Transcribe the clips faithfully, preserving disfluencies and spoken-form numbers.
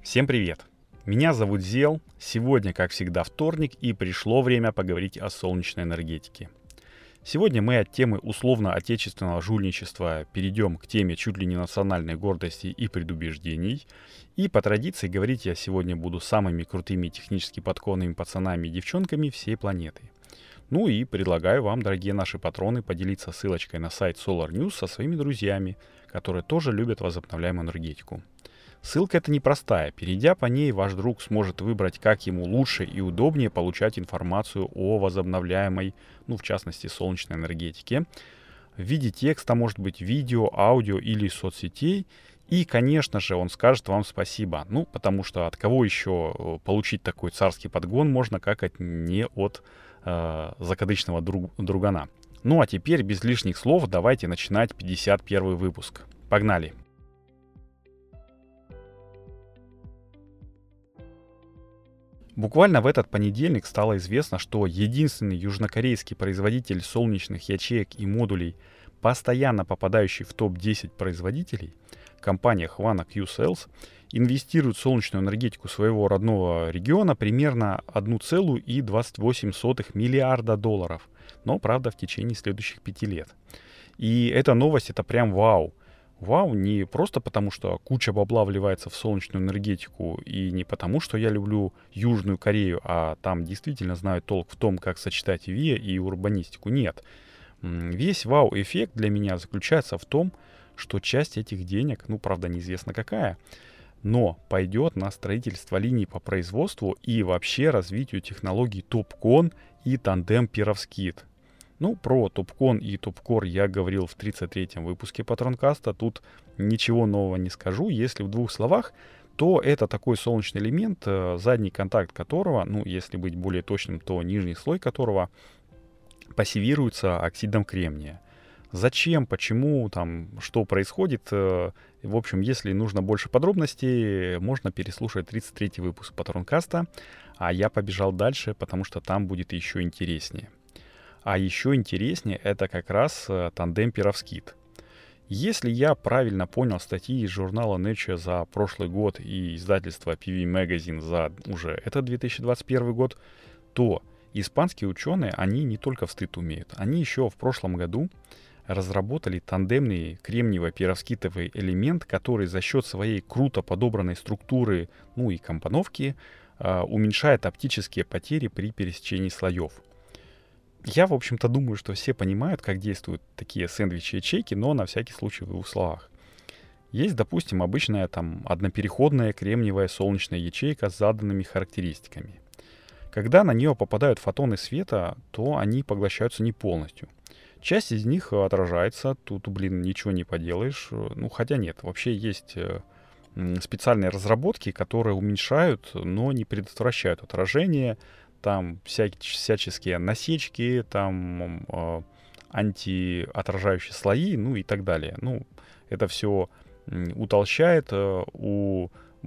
Всем привет! Меня зовут Зел. Сегодня, как всегда, вторник, и пришло время поговорить о солнечной энергетике. Сегодня мы от темы условно-отечественного жульничества перейдем к теме чуть ли не национальной гордости и предубеждений. И по традиции говорить я сегодня буду самыми крутыми технически подкованными пацанами и девчонками всей планеты. Ну и предлагаю вам, дорогие наши патроны, поделиться ссылочкой на сайт Solar News со своими друзьями, которые тоже любят возобновляемую энергетику. Ссылка эта непростая. Перейдя по ней, ваш друг сможет выбрать, как ему лучше и удобнее получать информацию о возобновляемой, ну, в частности, солнечной энергетике. В виде текста, может быть, видео, аудио или соцсетей. И, конечно же, он скажет вам спасибо. Ну, потому что от кого еще получить такой царский подгон можно, как от не от э, закадычного друг, другана. Ну, а теперь, без лишних слов, давайте начинать пятьдесят первый выпуск. Погнали! Буквально в этот понедельник стало известно, что единственный южнокорейский производитель солнечных ячеек и модулей, постоянно попадающий в топ десять производителей, компания Hwana Q-Cells, инвестирует в солнечную энергетику своего родного региона примерно одна целая двадцать восемь сотых миллиарда долларов, но, правда, в течение следующих пяти лет. И эта новость — это прям вау. Вау, не просто потому, что куча бабла вливается в солнечную энергетику, и не потому, что я люблю Южную Корею, а там действительно знают толк в том, как сочетать ВИА и урбанистику. Нет. Весь вау-эффект для меня заключается в том, что часть этих денег, ну, правда, неизвестно какая, но пойдет на строительство линий по производству и вообще развитию технологий TOPCon и тандем Perovskite. Ну, про TOPCon и TOPCore я говорил в тридцать третьем выпуске Патронкаста. Тут ничего нового не скажу. Если в двух словах, то это такой солнечный элемент, задний контакт которого, ну, если быть более точным, то нижний слой которого пассивируется оксидом кремния. Зачем, почему, там, что происходит? В общем, если нужно больше подробностей, можно переслушать тридцать третий выпуск Патронкаста. А я побежал дальше, потому что там будет еще интереснее. А еще интереснее это как раз э, тандем Perovskite. Если я правильно понял статьи из журнала Nature за прошлый год и издательства пи ви Magazine за уже этот две тысячи двадцать первый год, то испанские ученые, они не только в стыд умеют. Они еще в прошлом году разработали тандемный кремниево-перовскитовый элемент, который за счет своей круто подобранной структуры, ну и компоновки, э, уменьшает оптические потери при пересечении слоев. Я, в общем-то, думаю, что все понимают, как действуют такие сэндвичи-ячейки, но на всякий случай в двух словах. Есть, допустим, обычная там однопереходная кремниевая солнечная ячейка с заданными характеристиками. Когда на нее попадают фотоны света, то они поглощаются не полностью. Часть из них отражается, тут, блин, ничего не поделаешь. Ну, хотя нет, вообще есть специальные разработки, которые уменьшают, но не предотвращают отражение. Там всякие, всяческие насечки, там э, антиотражающие слои, ну и так далее. Ну, это все утолщает, э, у,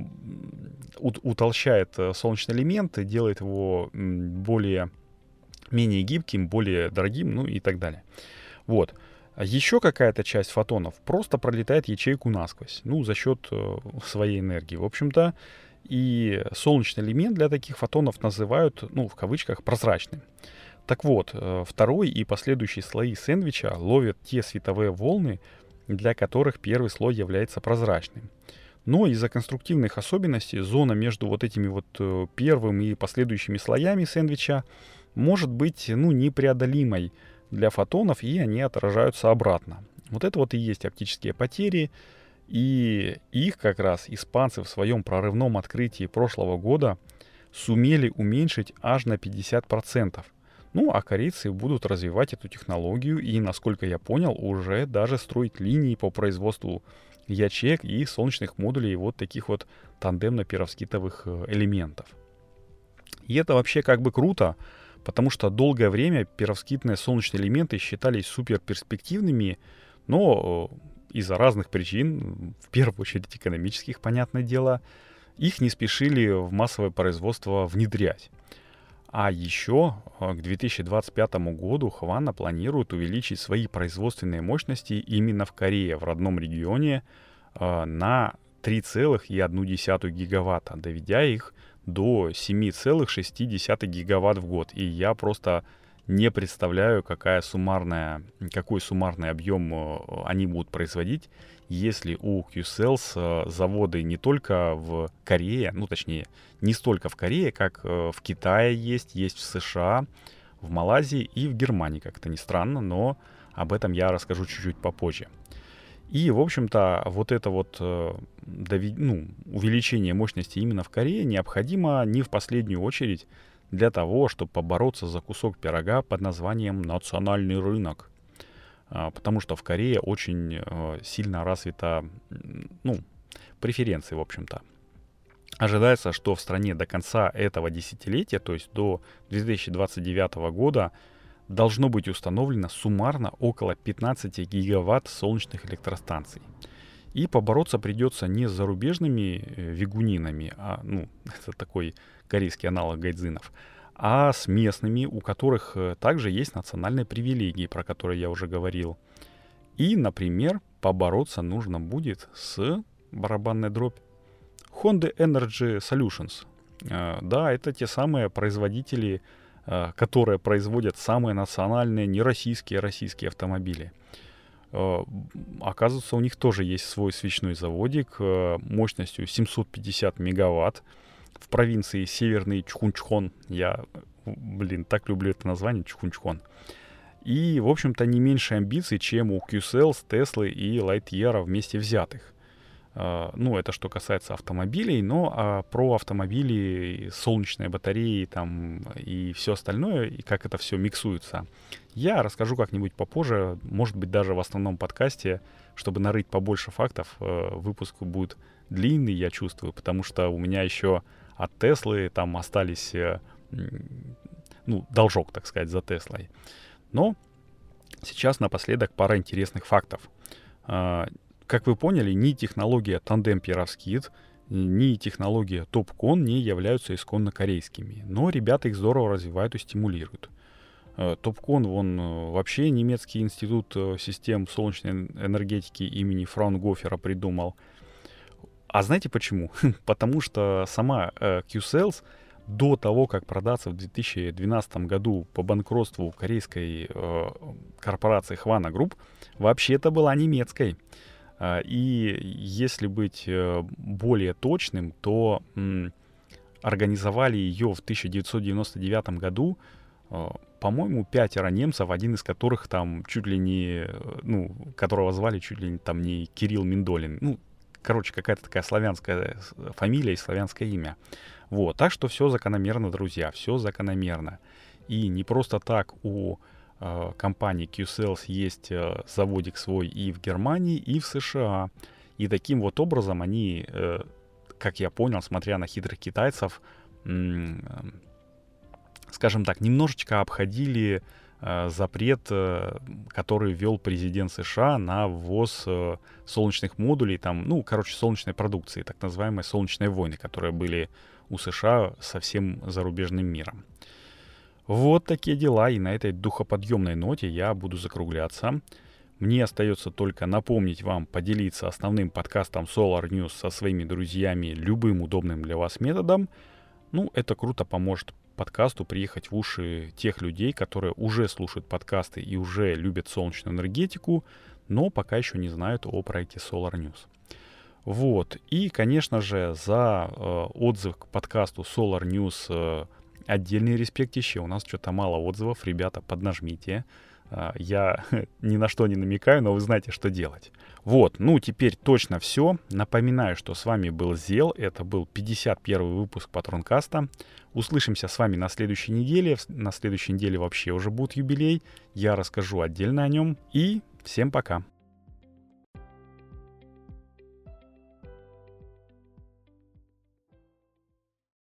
у, утолщает солнечный элемент, делает его более, менее гибким, более дорогим, ну и так далее. Вот. Еще какая-то часть фотонов просто пролетает ячейку насквозь, ну, за счет э, своей энергии. В общем-то, и солнечный элемент для таких фотонов называют, ну, в кавычках, прозрачным. Так вот, второй и последующие слои сэндвича ловят те световые волны, для которых первый слой является прозрачным. Но из-за конструктивных особенностей зона между вот этими вот первым и последующими слоями сэндвича может быть, ну, непреодолимой для фотонов, и они отражаются обратно. Вот это вот и есть оптические потери. И их как раз испанцы в своем прорывном открытии прошлого года сумели уменьшить аж на пятьдесят процентов. Ну, а корейцы будут развивать эту технологию и, насколько я понял, уже даже строить линии по производству ячеек и солнечных модулей вот таких вот тандемно-перовскитовых элементов. И это вообще как бы круто, потому что долгое время перовскитные солнечные элементы считались суперперспективными, но из-за разных причин, в первую очередь экономических, понятное дело, их не спешили в массовое производство внедрять. А еще к две тысячи двадцать пятому году Hwana планирует увеличить свои производственные мощности именно в Корее, в родном регионе, на три целых одну десятую гигаватта, доведя их до семь целых шесть десятых гигаватт в год. И я просто не представляю, какая суммарная, какой суммарный объем они будут производить, если у Qcells заводы не только в Корее, ну точнее, не столько в Корее, как в Китае есть, есть в США, в Малайзии и в Германии, как это ни странно, но об этом я расскажу чуть-чуть попозже. И, в общем-то, вот это вот ну, увеличение мощности именно в Корее необходимо не в последнюю очередь для того, чтобы побороться за кусок пирога под названием национальный рынок. Потому что в Корее очень сильно развита, ну, преференции, в общем-то. Ожидается, что в стране до конца этого десятилетия, то есть до две тысячи двадцать девятого года, должно быть установлено суммарно около пятнадцать гигаватт солнечных электростанций. И побороться придется не с зарубежными вегунинами, а, ну, это такой корейский аналог гайдзинов, а с местными, у которых также есть национальные привилегии, про которые я уже говорил. И, например, побороться нужно будет с барабанной дробь Honda Energy Solutions. Да, это те самые производители, которые производят самые национальные, не российские, а российские автомобили. Оказывается, у них тоже есть свой свечной заводик мощностью семьсот пятьдесят мегаватт в провинции Северный Чхунчхон. Я, блин, так люблю это название, Чхунчхон. И, в общем-то, не меньше амбиций, чем у Qcells, Tesla и Lightyear вместе взятых. Ну, это что касается автомобилей, но а про автомобили, солнечные батареи там и все остальное, и как это все миксуется, я расскажу как-нибудь попозже, может быть, даже в основном подкасте, чтобы нарыть побольше фактов. Выпуск будет длинный, я чувствую, потому что у меня еще от Теслы там остались, ну, должок, так сказать, за Теслой. Но сейчас напоследок пара интересных фактов. Как вы поняли, ни технология Tandem Perovskite, ни технология TOPCon не являются исконно корейскими. Но ребята их здорово развивают и стимулируют. TOPCon, он вообще немецкий институт систем солнечной энергетики имени Фраунгофера придумал. А знаете почему? Потому что сама Qcells до того, как продаться в две тысячи двенадцатом году по банкротству корейской корпорации Hwana Group, вообще-то была немецкой. И если быть более точным, то м, организовали ее в тысяча девятьсот девяносто девятом году, по-моему, пятеро немцев, один из которых там чуть ли не, ну, которого звали чуть ли не там не Кирилл Миндолин. Ну, короче, какая-то такая славянская фамилия и славянское имя. Вот, так что все закономерно, друзья, все закономерно. И не просто так у компании Qcells есть заводик свой и в Германии, и в США. И таким вот образом они, как я понял, смотря на хитрых китайцев, скажем так, немножечко обходили запрет, который ввел президент США на ввоз солнечных модулей, там, ну, короче, солнечной продукции, так называемые солнечные войны, которые были у США со всем зарубежным миром. Вот такие дела, и на этой духоподъемной ноте я буду закругляться. Мне остается только напомнить вам поделиться основным подкастом Solar News со своими друзьями любым удобным для вас методом. Ну, это круто поможет подкасту приехать в уши тех людей, которые уже слушают подкасты и уже любят солнечную энергетику, но пока еще не знают о проекте Solar News. Вот, и, конечно же, за э, отзыв к подкасту Solar News э, отдельный респектище. У нас что-то мало отзывов. Ребята, поднажмите. Я ни на что не намекаю, но вы знаете, что делать. Вот, ну теперь точно все. Напоминаю, что с вами был Зел. Это был пятьдесят первый выпуск Патронкаста. Услышимся с вами на следующей неделе. На следующей неделе вообще уже будет юбилей. Я расскажу отдельно о нем. И всем пока.